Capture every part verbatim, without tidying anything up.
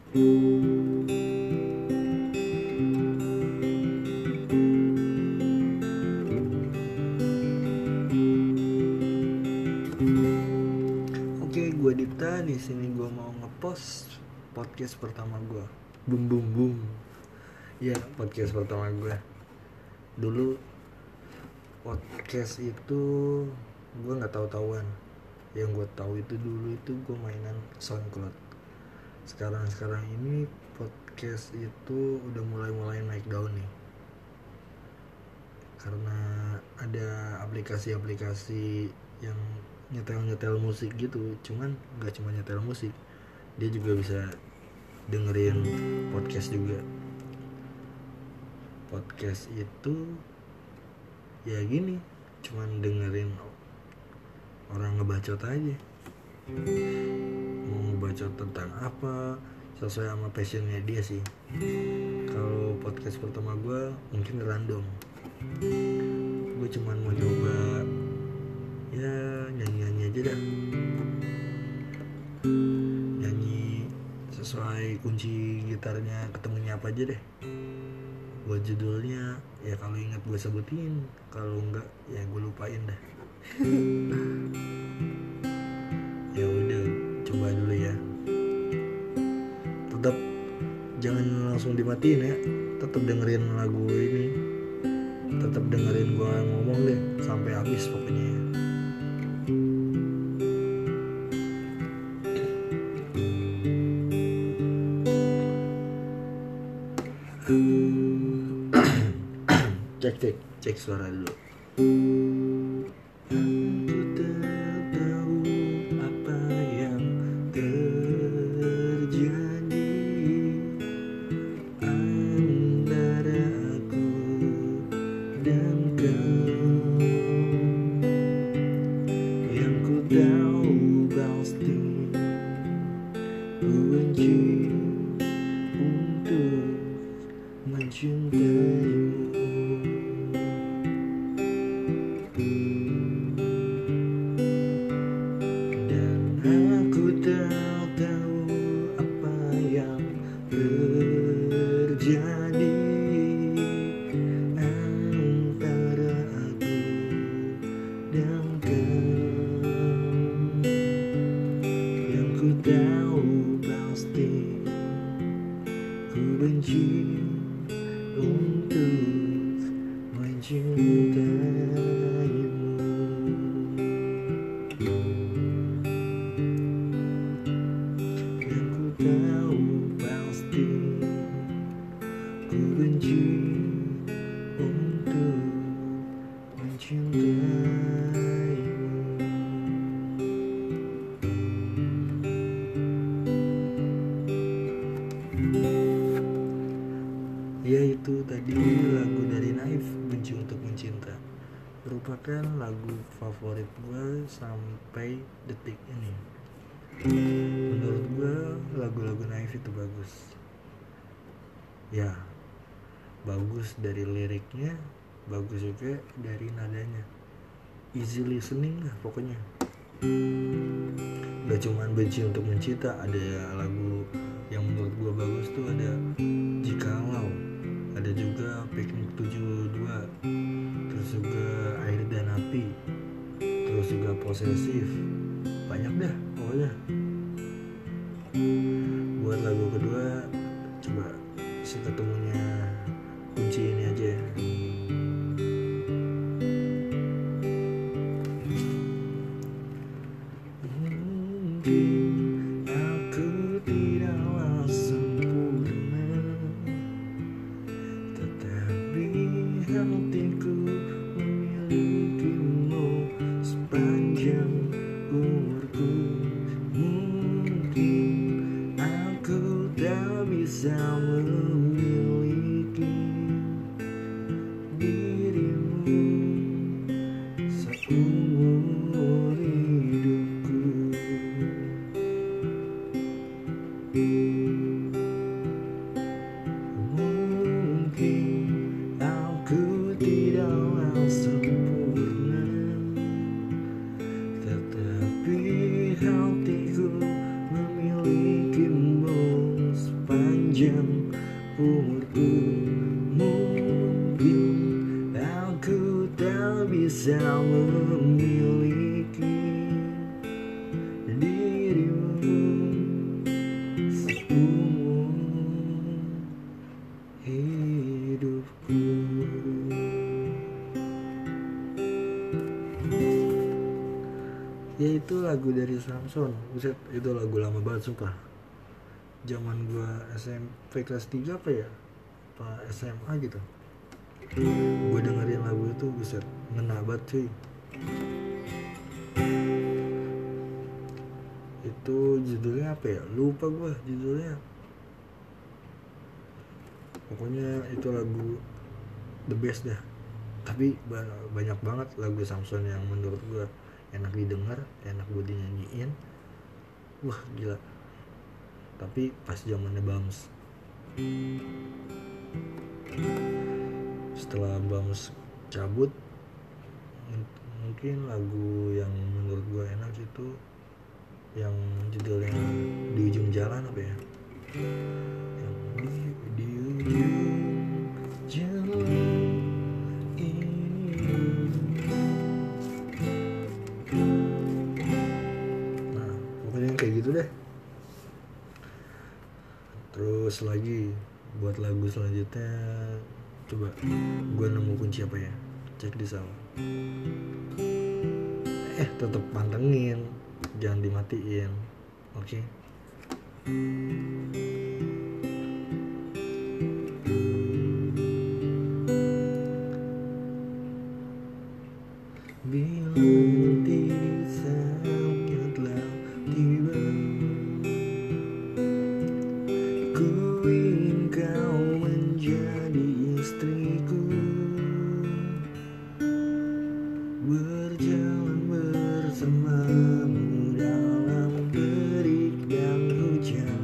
Oke, gue Dita. Di sini gue mau ngepost podcast pertama gue. Bum bum bum. Ya, podcast pertama gue. Dulu podcast itu gue nggak tahu-tahuan. Yang gue tahu itu dulu itu gue mainan SoundCloud. Sekarang sekarang ini podcast itu udah mulai-mulai naik daun nih. Karena ada aplikasi-aplikasi yang nyetel-nyetel musik gitu. Cuman gak cuma nyetel musik, dia juga bisa dengerin podcast juga. Podcast itu ya gini, cuman dengerin orang ngebacot aja. Mau ngebacot tentang apa, sesuai sama passionnya dia sih. Kalau podcast pertama gue mungkin random. Gue cuman mau coba ya nyanyi-nyanyi aja dah. Nyanyi sesuai kunci gitarnya ketemunya apa aja deh. Buat judulnya ya kalau ingat gue sebutin, kalau enggak ya gue lupain dah. Ya udah, coba dulu ya. Tetap jangan langsung dimatiin ya. Tetap dengerin lagu ini. Tetap dengerin gue ngomong deh sampai habis pokoknya. cek cek cek suara dulu. Aku tak tahu apa yang terjadi antara aku dan kau. Yang ku tahu pasti ku benci untuk mencintaimu. Dan aku tak tahu apa yang terjadi antara aku dan kau. Yang ku tahu pasti ku benci untuk mencintaimu. Yang ku tahu pasti ku benci untuk mencintaimu. Ya itu tadi lagu dari Naif, Benci Untuk Mencinta. Merupakan lagu favorit gue sampai detik ini. Menurut gue lagu-lagu Naif itu bagus. Ya, bagus dari liriknya, bagus juga dari nadanya. Easy listening lah pokoknya. Gak cuman Benci Untuk Mencinta, ada lagu yang menurut gue bagus tuh ada Jikalau, ada juga Piknik tujuh puluh dua, terus juga Air dan Api, terus juga Posesif. Banyak dah pokoknya. Buat lagu kedua coba si ketemunya kunci ini aja. Mungkin aku tidaklah sempurna, tetapi hatiku memilikimu sepanjang umurku. Mungkin aku tak bisa memiliki dirimu seumur hidupku. Mungkin aku tidaklah sempurna, tetapi hatiku memilikimu umurku. Mungkin aku tak bisa memiliki dirimu seumur hidupku. Ya itu lagu dari Samson. Buset, itu lagu lama banget sumpah. Zaman gua S M P kelas tiga apa ya? Apa S M A gitu. Gua dengerin lagu itu, buset, ngena banget cuy. Itu judulnya apa ya? Lupa gua judulnya. Pokoknya itu lagu the best dah. Tapi banyak banget lagu Samson yang menurut gua enak didengar, enak buat dinyanyiin. Wah gila. Tapi pas zamannya Bams. Setelah Bams cabut, mungkin lagu yang menurut gue enak itu yang judulnya Di Ujung Jalan apa ya? Yang di, di ujung jalan ini. Nah, pokoknya kayak gitu deh. Terus lagi buat lagu selanjutnya, coba gue nemu kunci apa ya? Cek di sana. Eh, tetap pantengin, jangan dimatiin. Oke. Okay? Bila nanti saatnya telah tiba, ku ingin kau menjadi istriku, berjalan bersamamu dalam terik dan hujan,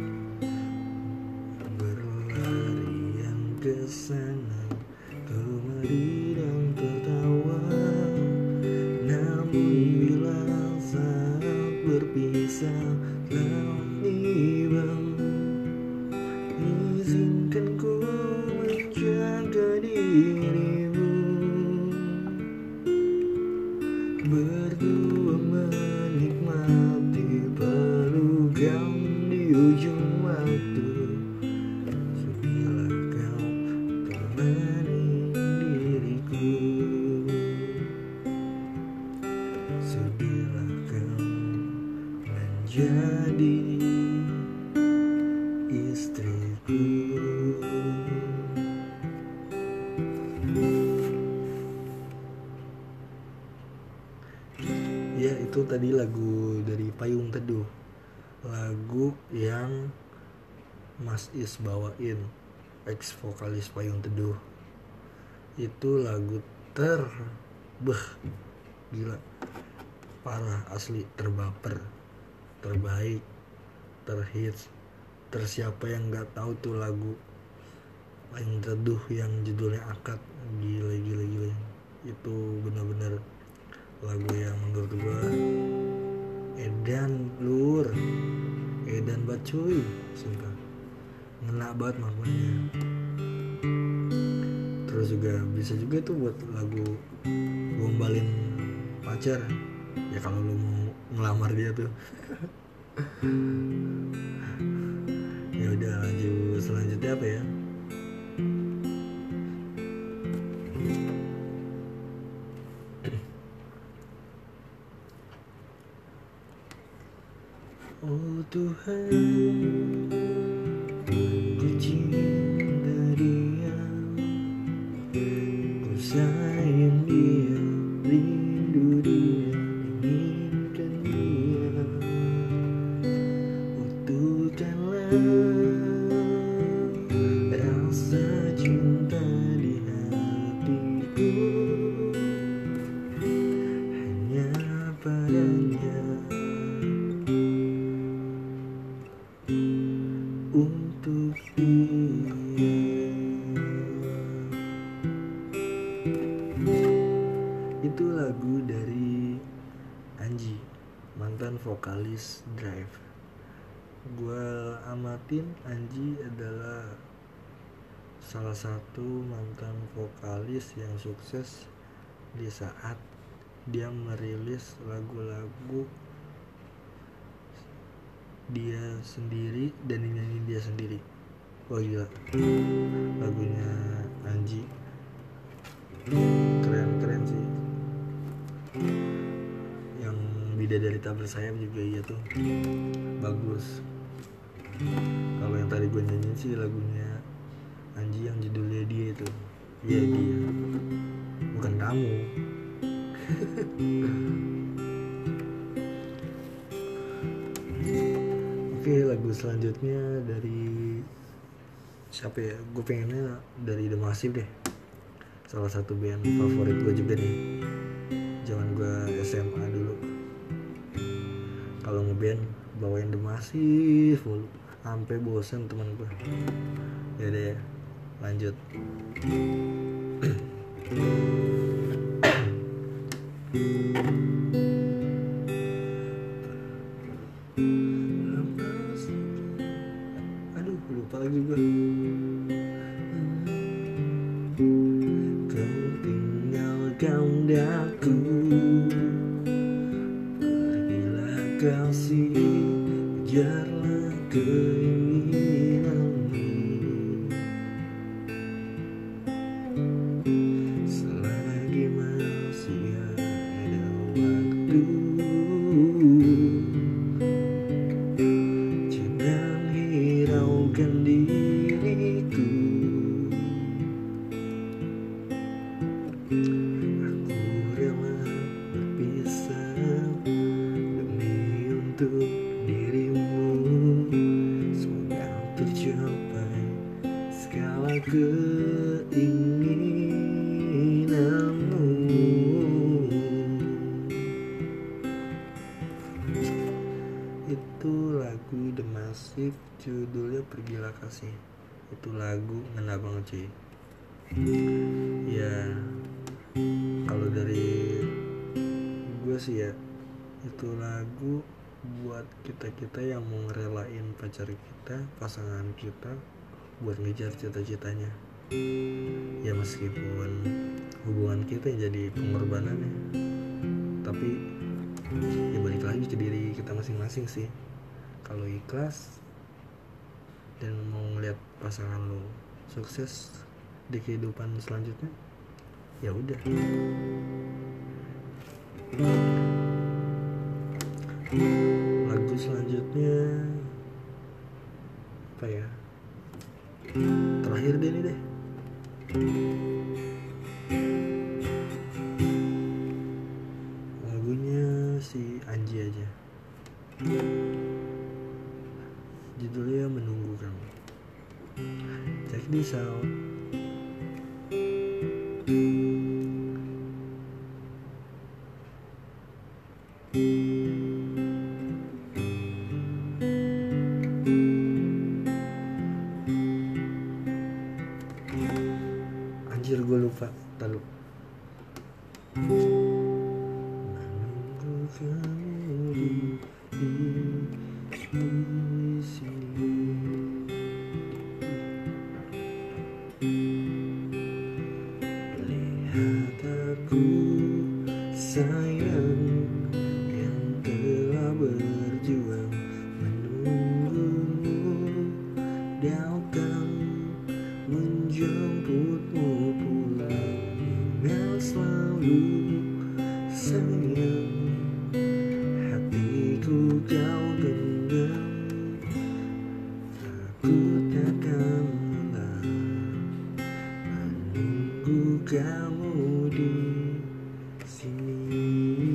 berlarian ke sana kemari dan tertawa. Namun bila saat berpisah telah tiba, izinkan ku menjaga dirimu, berdua menikmati pelukan di ujung waktu. Sudilah kau temani diriku, sudilah kau menjadi istriku. Ya itu tadi lagu dari Payung Teduh, lagu yang Mas Is bawain, ex vokalis Payung Teduh. Itu lagu ter beh gila parah asli, terbaper, terbaik, terhits, tersiapa yang nggak tahu tuh lagu Payung Teduh yang judulnya Akad. Gila gila gila, itu benar-benar lagu yang menurut gua edan lur, edan banget cuy, sumpah ngena banget maknanya. Terus juga bisa juga tuh buat lagu gombalin pacar ya kalau lu mau ngelamar dia tuh. Ya udah lanjut, selanjutnya apa ya? Oh Tuhan, ku cinta dia, ku sayang dia, rindu dia, inginkan dia. Utuhkanlah rasa cinta di hatiku, hanya padanya. Untuk dia. Itu lagu dari Anji, mantan vokalis Drive. Gua amatin Anji adalah salah satu mantan vokalis yang sukses di saat dia merilis lagu-lagu dia sendiri dan dinyanyi dia sendiri. Wah gila, lagunya Anji keren-keren sih. Yang Bidadari Tak Bersayap juga iya tuh, bagus. Kalau yang tadi gue nyanyiin sih lagunya Anji yang judulnya Dia itu. Iya dia, bukan kamu. Oke, lagu selanjutnya dari siapa ya? Gue pengennya dari The Massive deh. Salah satu band favorit gue juga nih. Zaman gue S M A dulu. Kalau ngeband bawain The Massive mulu, sampai bosen teman gue. Ya udah ya, lanjut. Aduh, lupa lagi gue. Kau tinggalkan daku, pergilah kasih, kejarlah keinginanmu. Selagi masih ada waktu, jangan hiraukan diriku. Aku rela berpisah demi untuk dirimu. Semoga tercapai segala keinginanmu. Itu lagu The Massive, judulnya Pergilah Kasih. Itu lagu ngena banget cuy. Ya kalau dari gue sih ya, itu lagu buat kita-kita yang mau ngerelain pacar kita, pasangan kita buat ngejar cita-citanya. Ya meskipun hubungan kita yang jadi pengorbanannya, tapi ya balik lagi ke diri kita masing-masing sih. Kalau ikhlas dan mau ngeliat pasangan lo sukses di kehidupan selanjutnya, ya udah. Lagu selanjutnya apa ya? Terakhir deh nih deh. Lagunya si Anji aja. Judulnya Menunggu Kamu. Check this out. Anjir gue lupa, tahu. Menunggu kamu di, di sini. Lihat aku sayang, yang telah berjuang menunggumu, datang menjemputmu pulang dengan selalu sayang. Hatiku kau genggam, aku takkan lelah menunggu kamu di sini.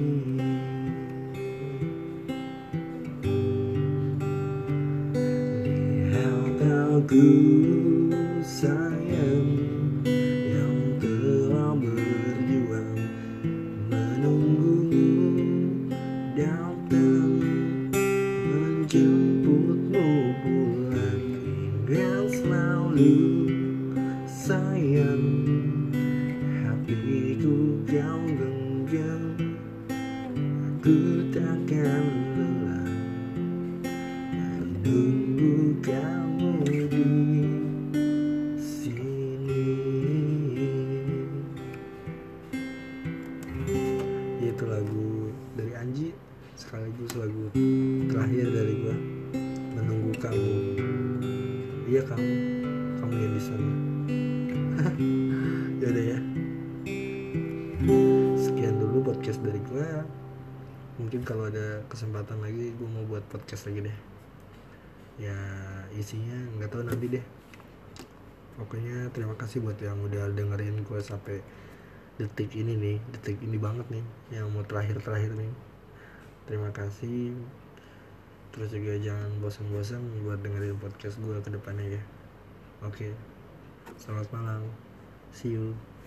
Lihat aku sayang, yang telah berjuang menunggumu, datang menjemputmu pulang dengan selalu sayang. Hatiku kau genggam, aku takkan lelah menunggu kamu di sini. terakhir dari gue, menunggu kamu. Iya kamu, kamu yang di sana. Yaudah ya. Sekian dulu podcast dari gue. Mungkin kalau ada kesempatan lagi gue mau buat podcast lagi deh. Ya isinya nggak tahu nanti deh. Pokoknya terima kasih buat yang udah dengerin gue sampai detik ini nih, detik ini banget nih, yang mau terakhir-terakhir nih. Terima kasih. Terus juga jangan bosan-bosan buat dengerin podcast gue ke depannya ya. Oke. Selamat malam. See you.